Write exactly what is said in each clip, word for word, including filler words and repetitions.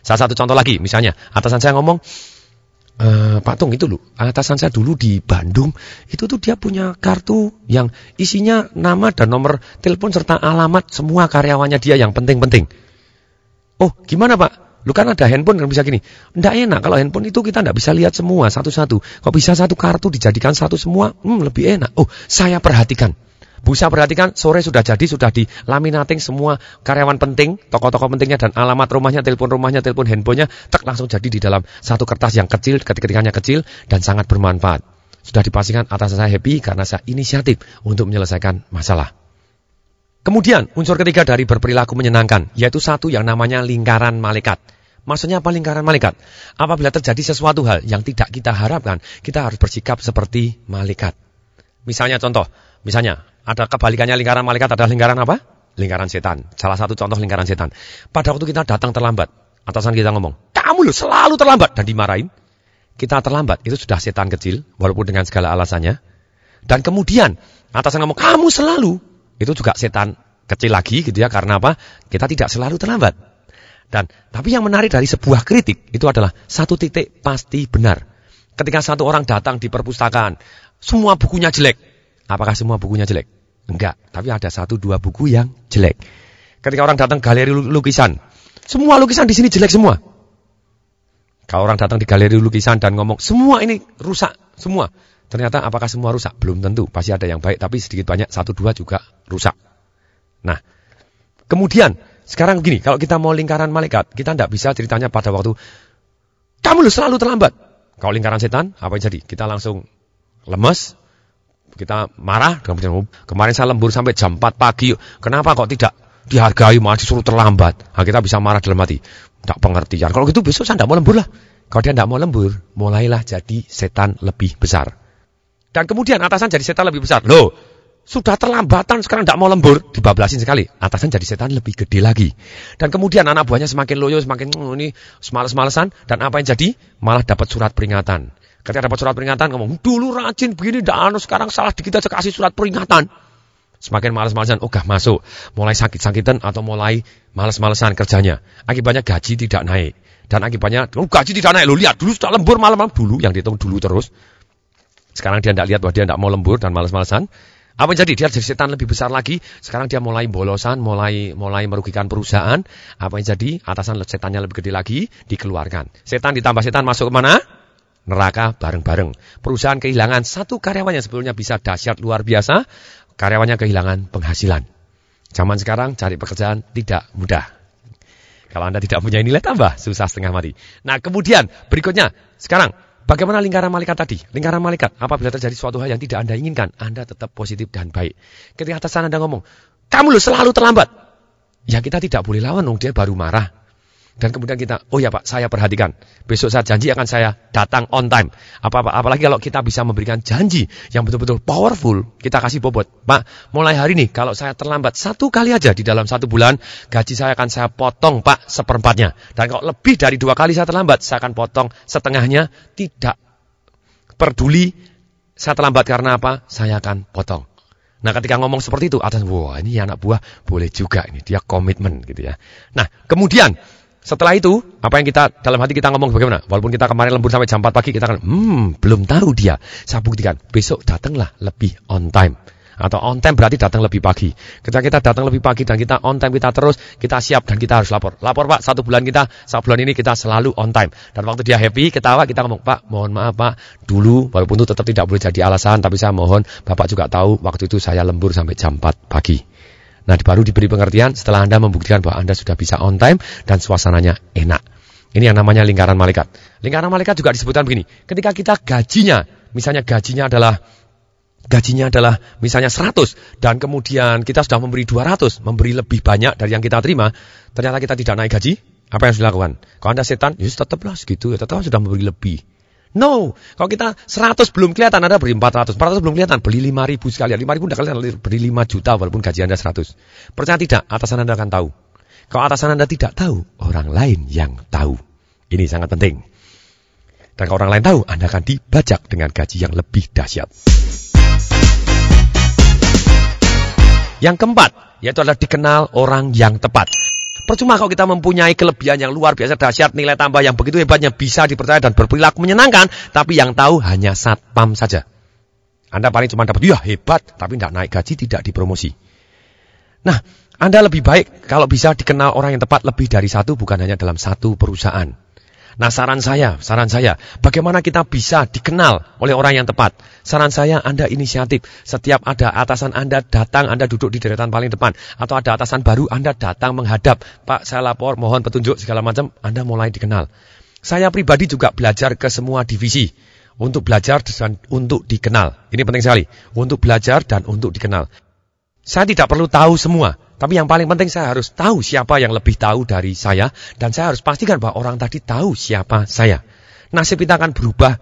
Salah satu contoh lagi, misalnya atasan saya ngomong, e, Pak Tung itu loh, atasan saya dulu di Bandung, itu tuh dia punya kartu yang isinya nama dan nomor telepon serta alamat semua karyawannya dia yang penting-penting. Oh, gimana Pak? Lu kan ada handphone kan bisa gini. Nggak enak kalau handphone itu kita nggak bisa lihat semua satu-satu. Kok bisa satu kartu dijadikan satu semua? Hmm, lebih enak. Oh, saya perhatikan. Bu, saya perhatikan sore sudah jadi, sudah di laminating semua karyawan penting, tokoh-tokoh pentingnya dan alamat rumahnya, telepon rumahnya, telepon handphonenya, tak langsung jadi di dalam satu kertas yang kecil, ketikanya kecil dan sangat bermanfaat. Sudah dipastikan atasan saya happy karena saya inisiatif untuk menyelesaikan masalah. Kemudian unsur ketiga dari berperilaku menyenangkan, yaitu satu yang namanya lingkaran malaikat. Maksudnya apa lingkaran malaikat? Apabila terjadi sesuatu hal yang tidak kita harapkan, kita harus bersikap seperti malaikat. Misalnya contoh, misalnya ada kebalikannya lingkaran malaikat adalah lingkaran apa? Lingkaran setan. Salah satu contoh lingkaran setan. Pada waktu kita datang terlambat, atasan kita ngomong, kamu loh selalu terlambat, dan dimarahin. Kita terlambat, itu sudah setan kecil, walaupun dengan segala alasannya. Dan kemudian atasan ngomong, kamu selalu, itu juga setan kecil lagi gitu ya, karena apa? Kita tidak selalu terlambat. Dan tapi yang menarik dari sebuah kritik itu adalah satu titik pasti benar. Ketika satu orang datang di perpustakaan, semua bukunya jelek. Apakah semua bukunya jelek? Enggak, tapi ada satu dua buku yang jelek. Ketika orang datang galeri lukisan, semua lukisan di sini jelek semua. Kalau orang datang di galeri lukisan dan ngomong, semua ini rusak semua. Ternyata apakah semua rusak? Belum tentu, pasti ada yang baik, tapi sedikit banyak satu dua juga rusak. Nah, kemudian sekarang begini, kalau kita mau lingkaran malaikat, kita tidak bisa ceritanya pada waktu kamu selalu terlambat. Kalau lingkaran setan, apa yang jadi? Kita langsung lemes, kita marah, kemudian kemarin saya lembur sampai jam empat pagi, kenapa kok tidak dihargai, malah disuruh terlambat? Nah, kita bisa marah dalam hati, tidak pengertian. Kalau gitu besok saya tidak mau lembur lah. Kalau dia tidak mau lembur, mulailah jadi setan lebih besar. Dan kemudian atasan jadi setan lebih besar. Loh, sudah terlambatan sekarang tidak mau lembur, dibablasin sekali. Atasan jadi setan lebih gede lagi. Dan kemudian anak buahnya semakin loyo, semakin oh, ini semales-malesan. Dan apa yang jadi? Malah dapat surat peringatan. Ketika dapat surat peringatan, ngomong, dulu rajin begini, anu sekarang salah dikit aja kasih surat peringatan. Semakin males-malesan, oh gak masuk. Mulai sakit-sakitan atau mulai males-malesan kerjanya. Akibatnya gaji tidak naik. Dan akibatnya, oh, gaji tidak naik. Loh lihat, dulu sudah lembur malam-malam. Dulu, yang dihitung dulu terus. Sekarang dia tidak lihat bahwa dia tidak mau lembur dan males-malesan. Apa yang jadi? Dia jadi setan lebih besar lagi. Sekarang dia mulai bolosan, mulai mulai merugikan perusahaan. Apa yang jadi? Atasan setannya lebih gede lagi, dikeluarkan. Setan ditambah setan masuk ke mana? Neraka bareng-bareng. Perusahaan kehilangan satu karyawan yang sebelumnya bisa dahsyat luar biasa. Karyawannya kehilangan penghasilan. Zaman sekarang cari pekerjaan tidak mudah. Kalau Anda tidak punya nilai tambah, susah setengah mati. Nah kemudian berikutnya, sekarang bagaimana lingkaran malaikat tadi? Lingkaran malaikat, apabila terjadi suatu hal yang tidak Anda inginkan, Anda tetap positif dan baik. Ketika atasan Anda ngomong, kamu loh selalu terlambat. Ya kita tidak boleh lawan, dia baru marah. Dan kemudian kita, oh ya Pak, saya perhatikan. Besok saya janji akan saya datang on time. Apa-apa, apalagi kalau kita bisa memberikan janji yang betul-betul powerful, kita kasih bobot. Pak, mulai hari ini kalau saya terlambat satu kali aja di dalam satu bulan, gaji saya akan saya potong Pak seperempatnya. Dan kalau lebih dari dua kali saya terlambat, saya akan potong setengahnya. Tidak peduli saya terlambat karena apa, saya akan potong. Nah ketika ngomong seperti itu, atas wah ini anak buah boleh juga, ini dia komitmen gitu ya. Nah kemudian setelah itu, apa yang kita dalam hati kita ngomong bagaimana? Walaupun kita kemarin lembur sampai jam empat pagi, kita akan, hmm, belum tahu dia. Saya buktikan, besok datanglah lebih on time. Atau on time berarti datang lebih pagi. Ketika kita datang lebih pagi dan kita on time, kita terus, kita siap dan kita harus lapor. Lapor Pak, satu bulan kita, satu bulan ini kita selalu on time. Dan waktu dia happy, ketawa, kita ngomong, Pak, mohon maaf Pak, dulu, walaupun itu tetap tidak boleh jadi alasan, tapi saya mohon, Bapak juga tahu, waktu itu saya lembur sampai jam empat pagi. Nah, baru diberi pengertian setelah Anda membuktikan bahwa Anda sudah bisa on time dan suasananya enak. Ini yang namanya lingkaran malaikat. Lingkaran malaikat juga disebutkan begini. Ketika kita gajinya, misalnya gajinya adalah gajinya adalah misalnya seratus dan kemudian kita sudah memberi dua ratus, memberi lebih banyak dari yang kita terima, ternyata kita tidak naik gaji, apa yang harus dilakukan? Kalau Anda setan, ya tetaplah segitu, ya tetap sudah memberi lebih. No, kalau kita seratus belum kelihatan, Anda beri empat ratus. empat ratus belum kelihatan, beli lima ribu sekalian. lima ribu tidak kelihatan, beri lima juta walaupun gaji Anda seratus. Percaya tidak, atasan Anda akan tahu. Kalau atasan Anda tidak tahu, orang lain yang tahu. Ini sangat penting. Dan kalau orang lain tahu, Anda akan dibajak dengan gaji yang lebih dahsyat. Yang keempat, yaitu adalah dikenal orang yang tepat. Percuma kalau kita mempunyai kelebihan yang luar biasa dahsyat, nilai tambah yang begitu hebatnya, bisa dipercaya dan berperilaku menyenangkan, tapi yang tahu hanya satpam saja. Anda paling cuma dapat, ya hebat, tapi tidak naik gaji, tidak dipromosi. Nah, Anda lebih baik kalau bisa dikenal orang yang tepat lebih dari satu, bukan hanya dalam satu perusahaan. Nah, saran saya, saran saya, bagaimana kita bisa dikenal oleh orang yang tepat? Saran saya, Anda inisiatif. Setiap ada atasan Anda datang, Anda duduk di deretan paling depan. Atau ada atasan baru, Anda datang menghadap. Pak, saya lapor, mohon petunjuk, segala macam. Anda mulai dikenal. Saya pribadi juga belajar ke semua divisi. Untuk belajar dan untuk dikenal. Ini penting sekali. Untuk belajar dan untuk dikenal. Saya tidak perlu tahu semua. Tapi yang paling penting saya harus tahu siapa yang lebih tahu dari saya. Dan saya harus pastikan bahwa orang tadi tahu siapa saya. Nasib kita akan berubah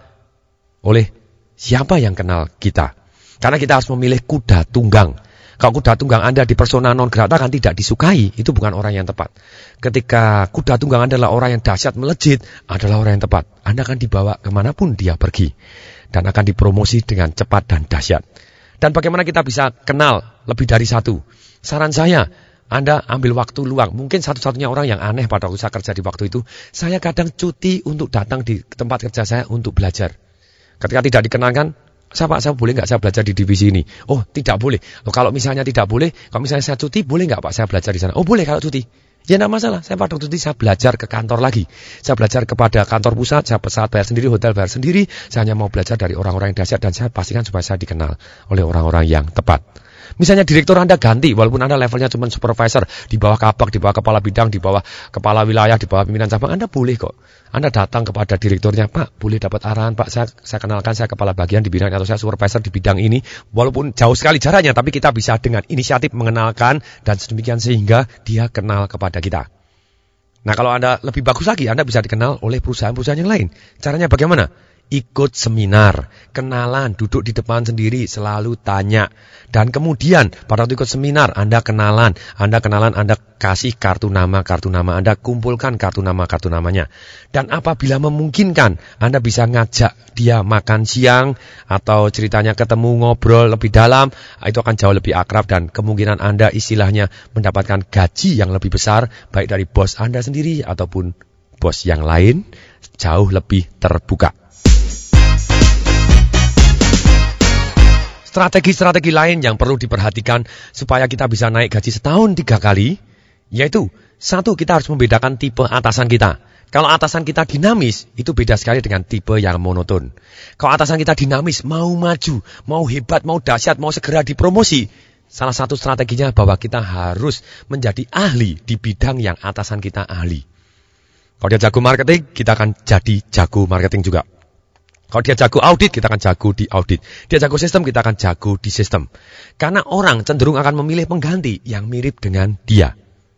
oleh siapa yang kenal kita. Karena kita harus memilih kuda tunggang. Kalau kuda tunggang Anda di persona non grata kan tidak disukai. Itu bukan orang yang tepat. Ketika kuda tunggang adalah orang yang dahsyat melejit, adalah orang yang tepat. Anda akan dibawa kemanapun dia pergi. Dan akan dipromosi dengan cepat dan dahsyat. Dan bagaimana kita bisa kenal lebih dari satu? Saran saya, Anda ambil waktu luang. Mungkin satu-satunya orang yang aneh pada waktu saya kerja di waktu itu, saya kadang cuti untuk datang di tempat kerja saya untuk belajar. Ketika tidak dikenalkan, saya Pak, saya boleh nggak saya belajar di divisi ini? Oh, tidak boleh. Loh, kalau misalnya tidak boleh, kalau misalnya saya cuti, boleh nggak Pak saya belajar di sana? Oh, boleh kalau cuti. Ya, tidak masalah. Saya pada waktu itu saya belajar ke kantor lagi. Saya belajar kepada kantor pusat, saya pesawat bayar sendiri, hotel bayar sendiri. Saya hanya mau belajar dari orang-orang yang dahsyat dan saya pastikan supaya saya dikenal oleh orang-orang yang tepat. Misalnya direktur Anda ganti, walaupun Anda levelnya cuma supervisor, di bawah kabak, di bawah kepala bidang, di bawah kepala wilayah, di bawah pimpinan cabang, Anda boleh kok. Anda datang kepada direkturnya, Pak, boleh dapat arahan, Pak, saya, saya kenalkan saya kepala bagian di bidang, atau saya supervisor di bidang ini. Walaupun jauh sekali jaraknya, tapi kita bisa dengan inisiatif mengenalkan, dan sedemikian sehingga dia kenal kepada kita. Nah, kalau Anda lebih bagus lagi, Anda bisa dikenal oleh perusahaan-perusahaan yang lain. Caranya bagaimana? Ikut seminar, kenalan, duduk di depan sendiri, selalu tanya. Dan kemudian pada waktu ikut seminar, Anda kenalan, Anda kenalan, Anda kasih kartu nama, kartu nama, Anda kumpulkan kartu nama, kartu namanya. Dan apabila memungkinkan, Anda bisa ngajak dia makan siang, atau ceritanya ketemu ngobrol lebih dalam, itu akan jauh lebih akrab dan kemungkinan Anda istilahnya mendapatkan gaji yang lebih besar, baik dari bos Anda sendiri ataupun bos yang lain, jauh lebih terbuka. Strategi-strategi lain yang perlu diperhatikan supaya kita bisa naik gaji setahun tiga kali, yaitu, satu, kita harus membedakan tipe atasan kita. Kalau atasan kita dinamis, itu beda sekali dengan tipe yang monoton. Kalau atasan kita dinamis, mau maju, mau hebat, mau dahsyat, mau segera dipromosi, salah satu strateginya bahwa kita harus menjadi ahli di bidang yang atasan kita ahli. Kalau dia jago marketing, kita akan jadi jago marketing juga. Kalau dia jago audit, kita akan jago di audit. Dia jago sistem, kita akan jago di sistem. Karena orang cenderung akan memilih pengganti yang mirip dengan dia.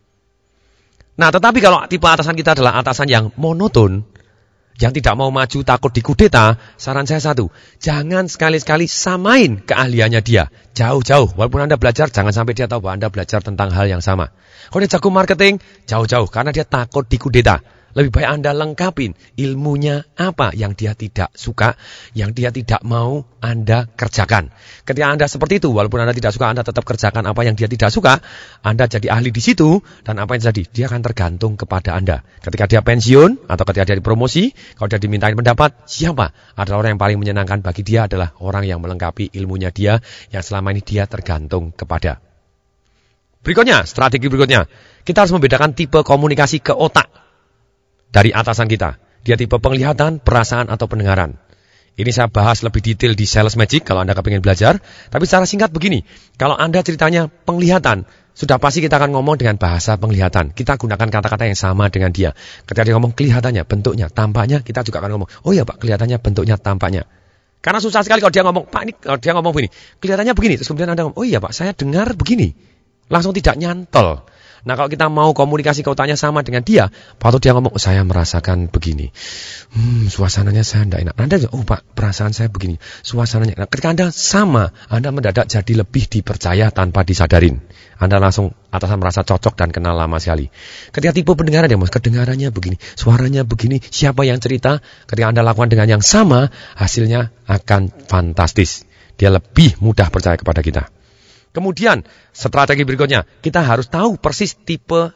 Nah, tetapi kalau tipe atasan kita adalah atasan yang monoton, yang tidak mau maju, takut dikudeta, saran saya satu, jangan sekali-sekali samain keahliannya dia. Jauh-jauh, walaupun Anda belajar, jangan sampai dia tahu bahwa Anda belajar tentang hal yang sama. Kalau dia jago marketing, jauh-jauh, karena dia takut dikudeta. Lebih baik Anda lengkapin ilmunya apa yang dia tidak suka, yang dia tidak mau Anda kerjakan. Ketika Anda seperti itu, walaupun Anda tidak suka, Anda tetap kerjakan apa yang dia tidak suka, Anda jadi ahli di situ, dan apa yang terjadi? Dia akan tergantung kepada Anda. Ketika dia pensiun, atau ketika dia dipromosi, kalau dia dimintain pendapat, siapa? Adalah orang yang paling menyenangkan bagi dia adalah orang yang melengkapi ilmunya dia, yang selama ini dia tergantung kepada. Berikutnya, strategi berikutnya, kita harus membedakan tipe komunikasi ke otak dari atasan kita. Dia tipe penglihatan, perasaan, atau pendengaran. Ini saya bahas lebih detail di Sales Magic kalau Anda kepingin belajar. Tapi secara singkat begini, kalau Anda ceritanya penglihatan, sudah pasti kita akan ngomong dengan bahasa penglihatan. Kita gunakan kata-kata yang sama dengan dia. Ketika dia ngomong kelihatannya, bentuknya, tampaknya, kita juga akan ngomong, oh ya Pak, kelihatannya, bentuknya, tampaknya. Karena susah sekali kalau dia ngomong, Pak, ini kalau dia ngomong begini, kelihatannya begini. Terus kemudian Anda ngomong, oh iya Pak, saya dengar begini. Langsung tidak nyantol. Nah, kalau kita mau komunikasi ke otaknya sama dengan dia, waktu dia ngomong, oh, saya merasakan begini. Hmm, suasananya saya tidak enak. Anda, oh Pak, perasaan saya begini. Suasananya. Nah, ketika Anda sama, Anda mendadak jadi lebih dipercaya tanpa disadarin. Anda langsung atasan merasa cocok dan kenal lama sekali. Ketika tipe pendengaran, ya Mas, kedengarannya begini, suaranya begini, siapa yang cerita, ketika Anda lakukan dengan yang sama, hasilnya akan fantastis. Dia lebih mudah percaya kepada kita. Kemudian, strategi berikutnya, kita harus tahu persis tipe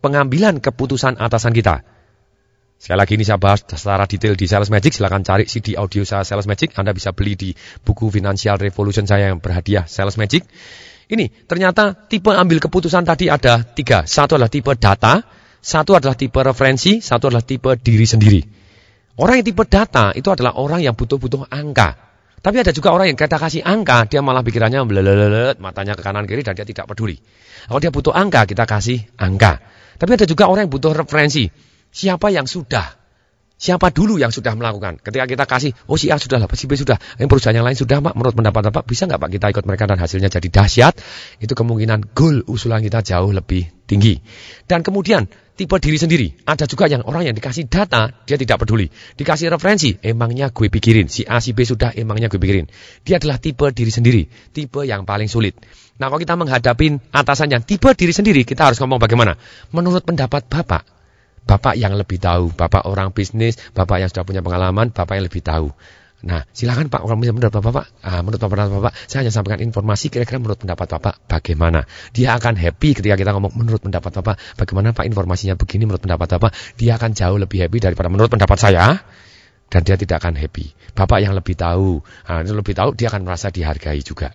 pengambilan keputusan atasan kita. Sekali lagi ini saya bahas secara detail di Sales Magic. Silakan cari C D audio saya Sales Magic. Anda bisa beli di buku Financial Revolution saya yang berhadiah Sales Magic. Ini ternyata tipe ambil keputusan tadi ada tiga. Satu adalah tipe data, satu adalah tipe referensi, satu adalah tipe diri sendiri. Orang yang tipe data itu adalah orang yang butuh-butuh angka. Tapi ada juga orang yang kita kasih angka, dia malah pikirannya melelelet, matanya ke kanan kiri dan dia tidak peduli. Kalau dia butuh angka, kita kasih angka. Tapi ada juga orang yang butuh referensi. Siapa yang sudah? Siapa dulu yang sudah melakukan? Ketika kita kasih, oh si A sudah lah, si B sudah, yang perusahaan yang lain sudah Pak, menurut pendapat Bapak, bisa nggak Pak kita ikut mereka dan hasilnya jadi dahsyat? Itu kemungkinan goal usulan kita jauh lebih tinggi. Dan kemudian, tipe diri sendiri. Ada juga yang orang yang dikasih data, dia tidak peduli. Dikasih referensi, emangnya gue pikirin. Si A, si B sudah, emangnya gue pikirin. Dia adalah tipe diri sendiri. Tipe yang paling sulit. Nah, kalau kita menghadapi atasan yang tipe diri sendiri, kita harus ngomong bagaimana? Menurut pendapat Bapak, Bapak yang lebih tahu, Bapak orang bisnis, Bapak yang sudah punya pengalaman, Bapak yang lebih tahu. Nah, silakan Pak, kalau menurut Bapak, ah, menurut pendapat Bapak, saya hanya sampaikan informasi, kira-kira menurut pendapat Bapak bagaimana? Dia akan happy ketika kita ngomong menurut pendapat Bapak, bagaimana Pak informasinya begini menurut pendapat Bapak, dia akan jauh lebih happy daripada menurut pendapat saya, dan dia tidak akan happy. Bapak yang lebih tahu, nah, itu lebih tahu, dia akan merasa dihargai juga.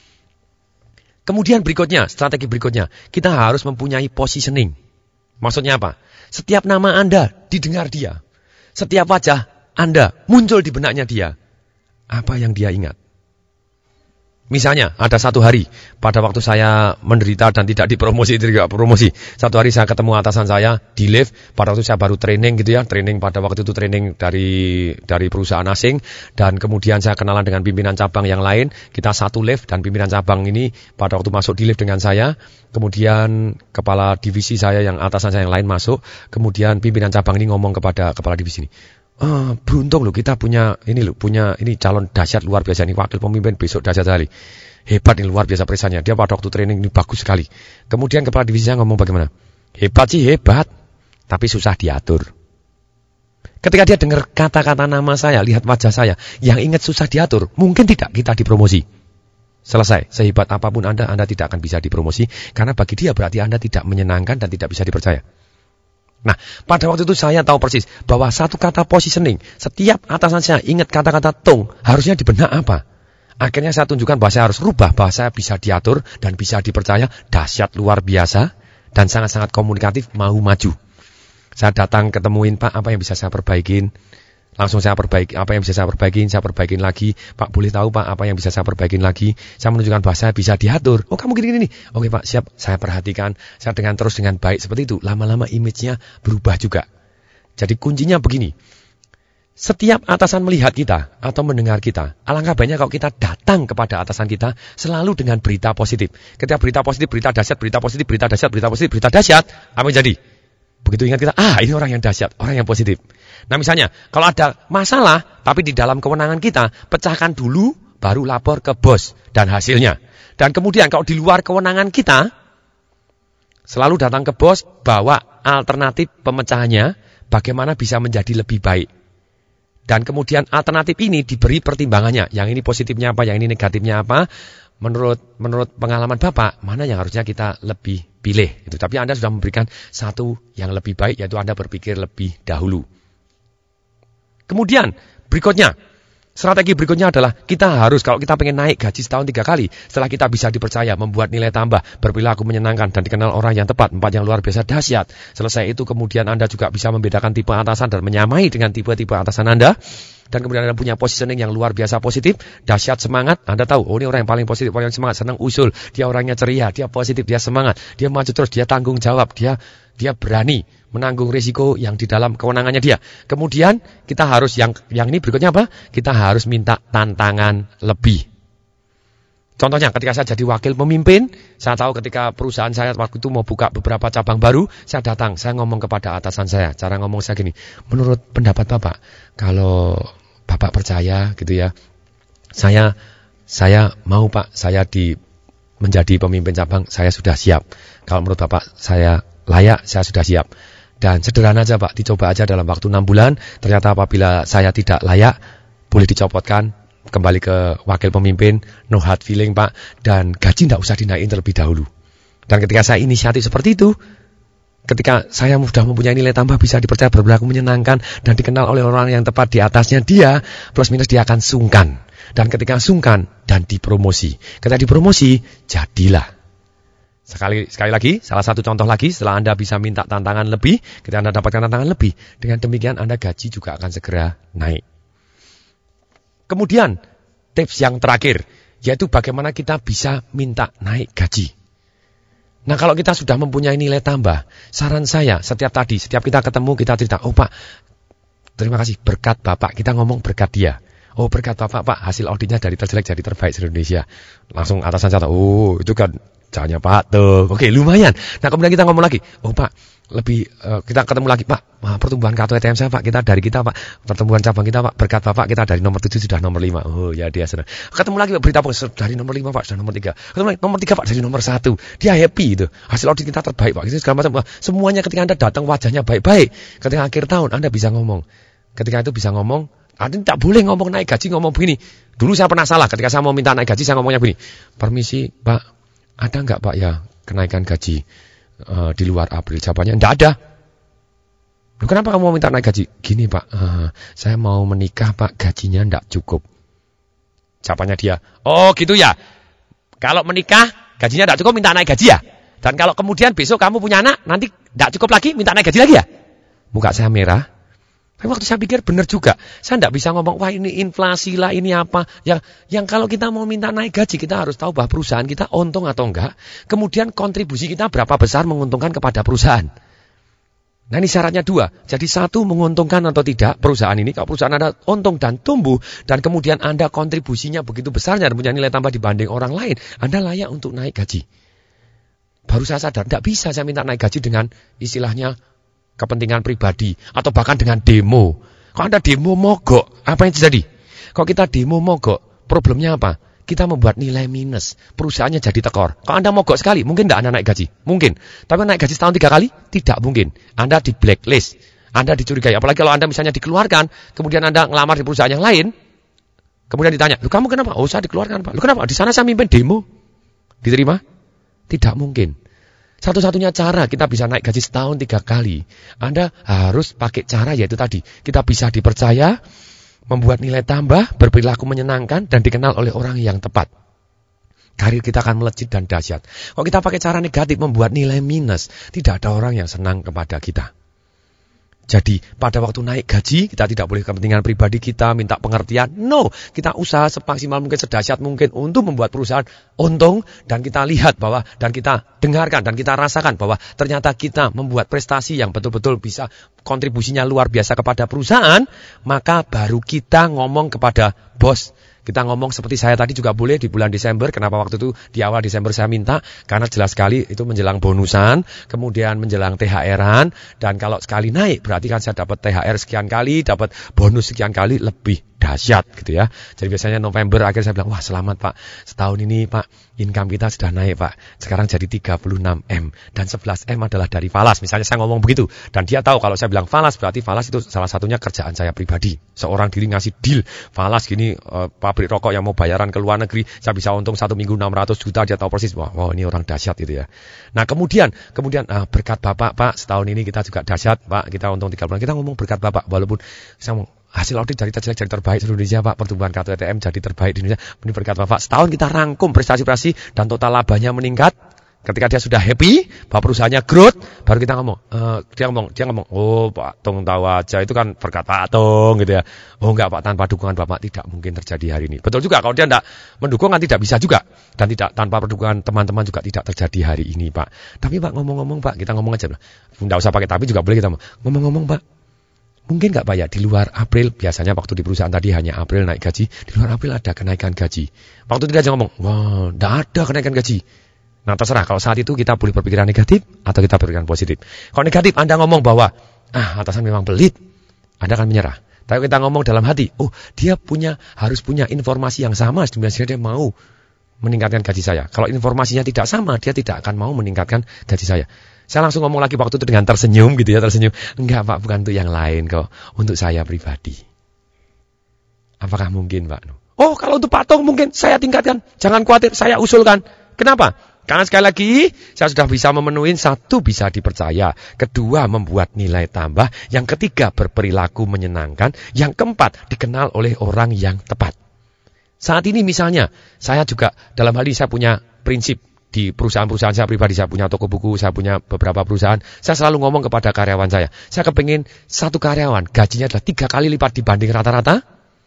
Kemudian berikutnya, strategi berikutnya, kita harus mempunyai positioning. Maksudnya apa? Setiap nama Anda didengar dia. Setiap wajah Anda muncul di benaknya dia. Apa yang dia ingat? Misalnya, ada satu hari, pada waktu saya menderita dan tidak dipromosi, tidak promosi. Satu hari saya ketemu atasan saya di lift, pada waktu saya baru training gitu ya, training pada waktu itu training dari dari perusahaan asing, dan kemudian saya kenalan dengan pimpinan cabang yang lain, kita satu lift, dan pimpinan cabang ini pada waktu masuk di lift dengan saya, kemudian kepala divisi saya yang atasan saya yang lain masuk, kemudian pimpinan cabang ini ngomong kepada kepala divisi ini, Oh, beruntung loh kita punya ini loh, punya ini calon dahsyat luar biasa nih, wakil pemimpin besok dahsyat sekali. Hebat ini luar biasa perisanya. Dia pada waktu training ini bagus sekali. Kemudian kepala divisi saya ngomong bagaimana? Hebat sih hebat, tapi susah diatur. Ketika dia dengar kata-kata nama saya, lihat wajah saya, yang ingat susah diatur, mungkin tidak kita dipromosi. Selesai, sehebat apapun Anda, Anda tidak akan bisa dipromosi, karena bagi dia berarti Anda tidak menyenangkan dan tidak bisa dipercaya. Nah, pada waktu itu saya tahu persis bahwa satu kata positioning, setiap atasan saya ingat kata-kata tong, harusnya di benak apa? Akhirnya saya tunjukkan bahwa saya harus rubah, bahwa saya bisa diatur dan bisa dipercaya, dahsyat luar biasa, dan sangat-sangat komunikatif, mau maju. Saya datang ketemuin, Pak, apa yang bisa saya perbaikin? Langsung saya perbaiki, apa yang bisa saya perbaikin, saya perbaikin lagi. Pak, boleh tahu Pak, apa yang bisa saya perbaikin lagi? Saya menunjukkan bahwa saya bisa diatur. Oh, kamu gini-gini nih. Oke Pak, siap. Saya perhatikan. Saya dengan terus dengan baik seperti itu. Lama-lama image-nya berubah juga. Jadi kuncinya begini. Setiap atasan melihat kita atau mendengar kita, alangkah baiknya kalau kita datang kepada atasan kita selalu dengan berita positif. Ketika berita positif, berita dahsyat, berita positif, berita dahsyat, berita positif, berita dahsyat, apa yang jadi? Begitu ingat kita, ah ini orang yang dahsyat, orang yang positif. Nah misalnya, kalau ada masalah, tapi di dalam kewenangan kita, pecahkan dulu, baru lapor ke bos dan hasilnya. Dan kemudian kalau di luar kewenangan kita, selalu datang ke bos, bawa alternatif pemecahannya, bagaimana bisa menjadi lebih baik. Dan kemudian alternatif ini diberi pertimbangannya, yang ini positifnya apa, yang ini negatifnya apa. Menurut menurut pengalaman Bapak, mana yang harusnya kita lebih pilih. Itu. Tapi Anda sudah memberikan satu yang lebih baik, yaitu Anda berpikir lebih dahulu. Kemudian, berikutnya, strategi berikutnya adalah kita harus, kalau kita pengen naik gaji setahun tiga kali, setelah kita bisa dipercaya, membuat nilai tambah, berperilaku menyenangkan, dan dikenal orang yang tepat, empat yang luar biasa dahsyat. Selesai itu, kemudian Anda juga bisa membedakan tipe atasan dan menyamai dengan tipe-tipe atasan Anda. Dan kemudian Anda punya positioning yang luar biasa positif, dahsyat semangat. Anda tahu, oh ini orang yang paling positif, orang yang semangat, senang usul. Dia orangnya ceria, dia positif, dia semangat. Dia maju terus, dia tanggung jawab, dia dia berani menanggung risiko yang di dalam kewenangannya dia. Kemudian kita harus, yang yang ini berikutnya apa? Kita harus minta tantangan lebih. Contohnya ketika saya jadi wakil pemimpin, saya tahu ketika perusahaan saya waktu itu mau buka beberapa cabang baru, saya datang, saya ngomong kepada atasan saya. Cara ngomong saya gini, menurut pendapat Bapak, kalau Bapak percaya gitu ya, saya saya mau Pak, saya di menjadi pemimpin cabang, saya sudah siap. Kalau menurut Bapak saya layak, saya sudah siap. Dan sederhana aja Pak, dicoba aja dalam waktu enam bulan, ternyata apabila saya tidak layak, boleh dicopotkan. Kembali ke wakil pemimpin, no hard feeling Pak, dan gaji tidak usah dinaikin terlebih dahulu. Dan ketika saya inisiatif seperti itu, Ketika saya sudah mempunyai nilai tambah, bisa dipercaya, berperilaku menyenangkan, dan dikenal oleh orang yang tepat di atasnya, dia plus minus dia akan sungkan. Dan ketika sungkan dan dipromosi, ketika dipromosi, jadilah. Sekali sekali lagi, salah satu contoh lagi, setelah Anda bisa minta tantangan lebih, ketika Anda dapatkan tantangan lebih, dengan demikian Anda gaji juga akan segera naik. Kemudian, tips yang terakhir, yaitu bagaimana kita bisa minta naik gaji. Nah, kalau kita sudah mempunyai nilai tambah, saran saya setiap tadi, setiap kita ketemu, kita cerita, oh Pak, terima kasih, berkat Bapak, kita ngomong berkat dia. Oh, berkat Bapak, Pak, hasil auditnya dari terjelek jadi terbaik di Indonesia. Langsung atasan catat, oh itu kan caranya Pak tuh. Oke, lumayan. Nah, kemudian kita ngomong lagi, oh Pak, lebih uh, kita ketemu lagi, Pak, pertumbuhan kartu A T M saya, Pak, kita dari kita, Pak, pertumbuhan cabang kita, Pak, berkat Bapak, kita dari nomor tujuh sudah nomor lima. Oh ya, dia senang. Ketemu lagi, Pak, berita Pak, dari nomor lima, Pak, sudah nomor tiga. Ketemu lagi, nomor tiga, Pak, dari nomor satu. Dia happy itu. Hasil audit kita terbaik, Pak. Itu segala macam. Semuanya ketika Anda datang wajahnya baik-baik. Ketika akhir tahun Anda bisa ngomong. Ketika itu bisa ngomong, Anda tidak boleh ngomong naik gaji, ngomong begini. Dulu saya pernah salah, ketika saya mau minta naik gaji, saya ngomongnya begini. Permisi, Pak, ada enggak, Pak, ya kenaikan gaji uh, di luar April? Jawabannya, enggak ada. Loh, kenapa kamu mau minta naik gaji? Gini, Pak, uh, saya mau menikah, Pak, gajinya enggak cukup. Jawabannya dia, oh gitu ya. Kalau menikah, gajinya enggak cukup, minta naik gaji ya? Dan kalau kemudian besok kamu punya anak, nanti enggak cukup lagi, minta naik gaji lagi ya? Muka saya merah. Tapi waktu saya pikir benar juga. Saya enggak bisa ngomong, wah ini inflasi lah, ini apa. Yang yang kalau kita mau minta naik gaji, kita harus tahu bahwa perusahaan kita untung atau enggak. Kemudian kontribusi kita berapa besar menguntungkan kepada perusahaan. Nah, ini syaratnya dua. Jadi satu, menguntungkan atau tidak perusahaan ini. Kalau perusahaan Anda untung dan tumbuh, dan kemudian Anda kontribusinya begitu besarnya dan punya nilai tambah dibanding orang lain, Anda layak untuk naik gaji. Baru saya sadar, tidak bisa saya minta naik gaji dengan istilahnya kepentingan pribadi, atau bahkan dengan demo. Kalau Anda demo mogok, apa yang terjadi? Kalau kita demo mogok, problemnya apa? Kita membuat nilai minus, perusahaannya jadi tekor. Kalau Anda mogok sekali, mungkin tidak Anda naik gaji. Mungkin. Tapi naik gaji setahun tiga kali? Tidak mungkin. Anda di blacklist, Anda dicurigai. Apalagi kalau Anda misalnya dikeluarkan, kemudian Anda ngelamar di perusahaan yang lain, kemudian ditanya, "Loh, kamu kenapa?" "Oh, saya dikeluarkan, Pak." "Loh, kenapa?" "Di sana saya mimpin demo." Diterima? Tidak mungkin. Satu-satunya cara kita bisa naik gaji setahun tiga kali, Anda harus pakai cara yaitu tadi. Kita bisa dipercaya, membuat nilai tambah, berperilaku menyenangkan, dan dikenal oleh orang yang tepat. Karir kita akan melejit dan dahsyat. Kalau kita pakai cara negatif, membuat nilai minus, tidak ada orang yang senang kepada kita. Jadi pada waktu naik gaji, kita tidak boleh kepentingan pribadi kita, minta pengertian. No, kita usaha semaksimal mungkin, sedahsyat mungkin untuk membuat perusahaan untung. Dan kita lihat bahwa, dan kita dengarkan, dan kita rasakan bahwa ternyata kita membuat prestasi yang betul-betul bisa kontribusinya luar biasa kepada perusahaan. Maka baru kita ngomong kepada bos. Kita ngomong seperti saya tadi juga boleh di bulan Desember. Kenapa waktu itu di awal Desember saya minta? Karena jelas sekali itu menjelang bonusan, kemudian menjelang T H R-an. Dan kalau sekali naik berarti kan saya dapat T H R sekian kali, dapat bonus sekian kali, lebih dahsyat gitu ya. Jadi biasanya November akhir saya bilang, wah selamat Pak, setahun ini Pak income kita sudah naik Pak. Sekarang jadi tiga puluh enam M. Dan sebelas M adalah dari Falas. Misalnya saya ngomong begitu. Dan dia tahu kalau saya bilang Falas, berarti Falas itu salah satunya kerjaan saya pribadi. Seorang diri ngasih deal, Falas gini, uh, pabrik rokok yang mau bayaran ke luar negeri, saya bisa untung satu minggu enam ratus juta, dia tahu persis, wah, wow, ini orang dahsyat gitu ya. Nah kemudian, kemudian uh, berkat Bapak Pak, setahun ini kita juga dahsyat Pak, kita untung tiga bulan, kita ngomong berkat Bapak, walaupun saya mau hasil audit dari terjelek jadi terbaik di Indonesia Pak, pertumbuhan kartu A T M jadi terbaik di Indonesia, ini berkat Bapak. Setahun kita rangkum prestasi-prestasi dan total labanya meningkat. Ketika dia sudah happy, bahwa perusahaannya growth, baru kita ngomong, uh, dia ngomong, dia ngomong, oh Pak Tung tahu aja, itu kan berkat Pak Tung gitu ya. Oh enggak Pak, tanpa dukungan Bapak tidak mungkin terjadi hari ini. Betul juga, kalau dia tidak mendukung kan tidak bisa juga. Dan tidak tanpa dukungan teman-teman juga tidak terjadi hari ini Pak. Tapi Pak ngomong-ngomong Pak, kita ngomong aja. Tidak usah pakai tapi juga boleh kita ngomong-ngomong Pak. Mungkin nggak Pak ya, di luar April, biasanya waktu di perusahaan tadi hanya April naik gaji, di luar April ada kenaikan gaji. Waktu itu dia aja ngomong, wah, nggak ada kenaikan gaji. Nah terserah, kalau saat itu kita boleh berpikiran negatif atau kita berpikiran positif. Kalau negatif, Anda ngomong bahwa, ah atasan memang pelit, Anda akan menyerah. Tapi kita ngomong dalam hati, oh dia punya harus punya informasi yang sama, sehingga dia mau meningkatkan gaji saya. Kalau informasinya tidak sama, dia tidak akan mau meningkatkan gaji saya. Saya langsung ngomong lagi waktu itu dengan tersenyum gitu ya, tersenyum. Enggak Pak, bukan untuk yang lain kok, untuk saya pribadi. Apakah mungkin Pak? Oh kalau untuk Pak Tong mungkin saya tingkatkan, jangan khawatir, saya usulkan. Kenapa? Karena sekali lagi, saya sudah bisa memenuhi satu, bisa dipercaya. Kedua, membuat nilai tambah. Yang ketiga, berperilaku menyenangkan. Yang keempat, dikenal oleh orang yang tepat. Saat ini misalnya, saya juga dalam hal ini saya punya prinsip di perusahaan-perusahaan saya pribadi. Saya punya toko buku, saya punya beberapa perusahaan. Saya selalu ngomong kepada karyawan saya. Saya kepingin satu karyawan, gajinya adalah tiga kali lipat dibanding rata-rata.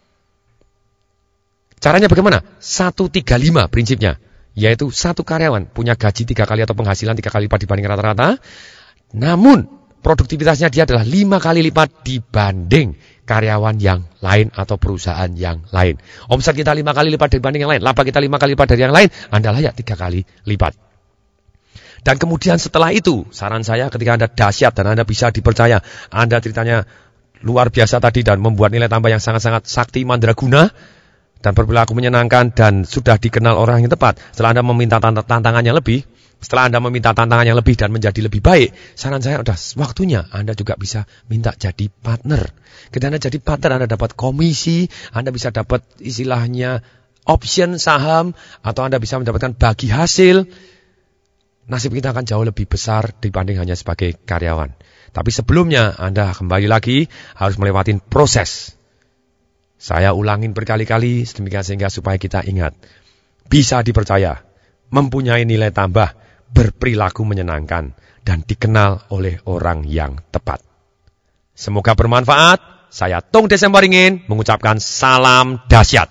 Caranya bagaimana? satu tiga lima prinsipnya. Yaitu satu karyawan punya gaji tiga kali atau penghasilan tiga kali lipat dibanding rata-rata. Namun produktivitasnya dia adalah lima kali lipat dibanding karyawan yang lain atau perusahaan yang lain. Omset kita lima kali lipat dibanding yang lain. Laba kita lima kali lipat dari yang lain. Anda layak tiga kali lipat. Dan kemudian setelah itu, saran saya ketika Anda dahsyat dan Anda bisa dipercaya. Anda ceritanya luar biasa tadi dan membuat nilai tambah yang sangat-sangat sakti mandraguna. Dan berperilaku menyenangkan dan sudah dikenal orang yang tepat. Setelah Anda meminta tantangan yang lebih, setelah Anda meminta tantangan yang lebih dan menjadi lebih baik, saran saya sudah waktunya Anda juga bisa minta jadi partner. Ketika Anda jadi partner, Anda dapat komisi, Anda bisa dapat istilahnya option saham, atau Anda bisa mendapatkan bagi hasil. Nasib kita akan jauh lebih besar dibanding hanya sebagai karyawan. Tapi sebelumnya Anda kembali lagi harus melewati proses. Saya ulangin berkali-kali sedemikian sehingga supaya kita ingat. Bisa dipercaya, mempunyai nilai tambah, berperilaku menyenangkan, dan dikenal oleh orang yang tepat. Semoga bermanfaat. Saya Tung Desembaringin mengucapkan salam dahsyat.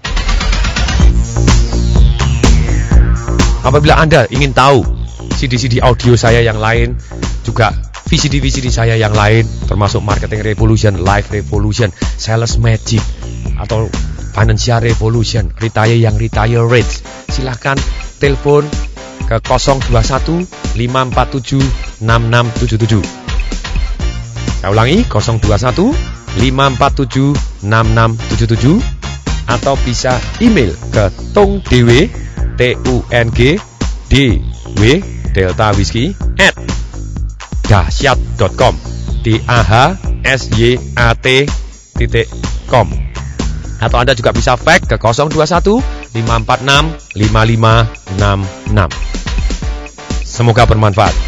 Apabila Anda ingin tahu C D C D audio saya yang lain, juga V C D-V C D saya yang lain, termasuk Marketing Revolution, Life Revolution, Sales Magic, atau Financial Revolution, Retire yang Retire Rich, silahkan telepon ke nol dua satu lima empat tujuh enam enam tujuh tujuh. Saya ulangi, nol dua satu lima empat tujuh enam enam tujuh tujuh, atau bisa email ke tungdw, T U N G D W, Delta Whiskey, at dahsyat dot com, D A H S Y A T titik com. Atau Anda juga bisa fax ke nol dua satu lima empat enam lima lima enam enam. Semoga bermanfaat.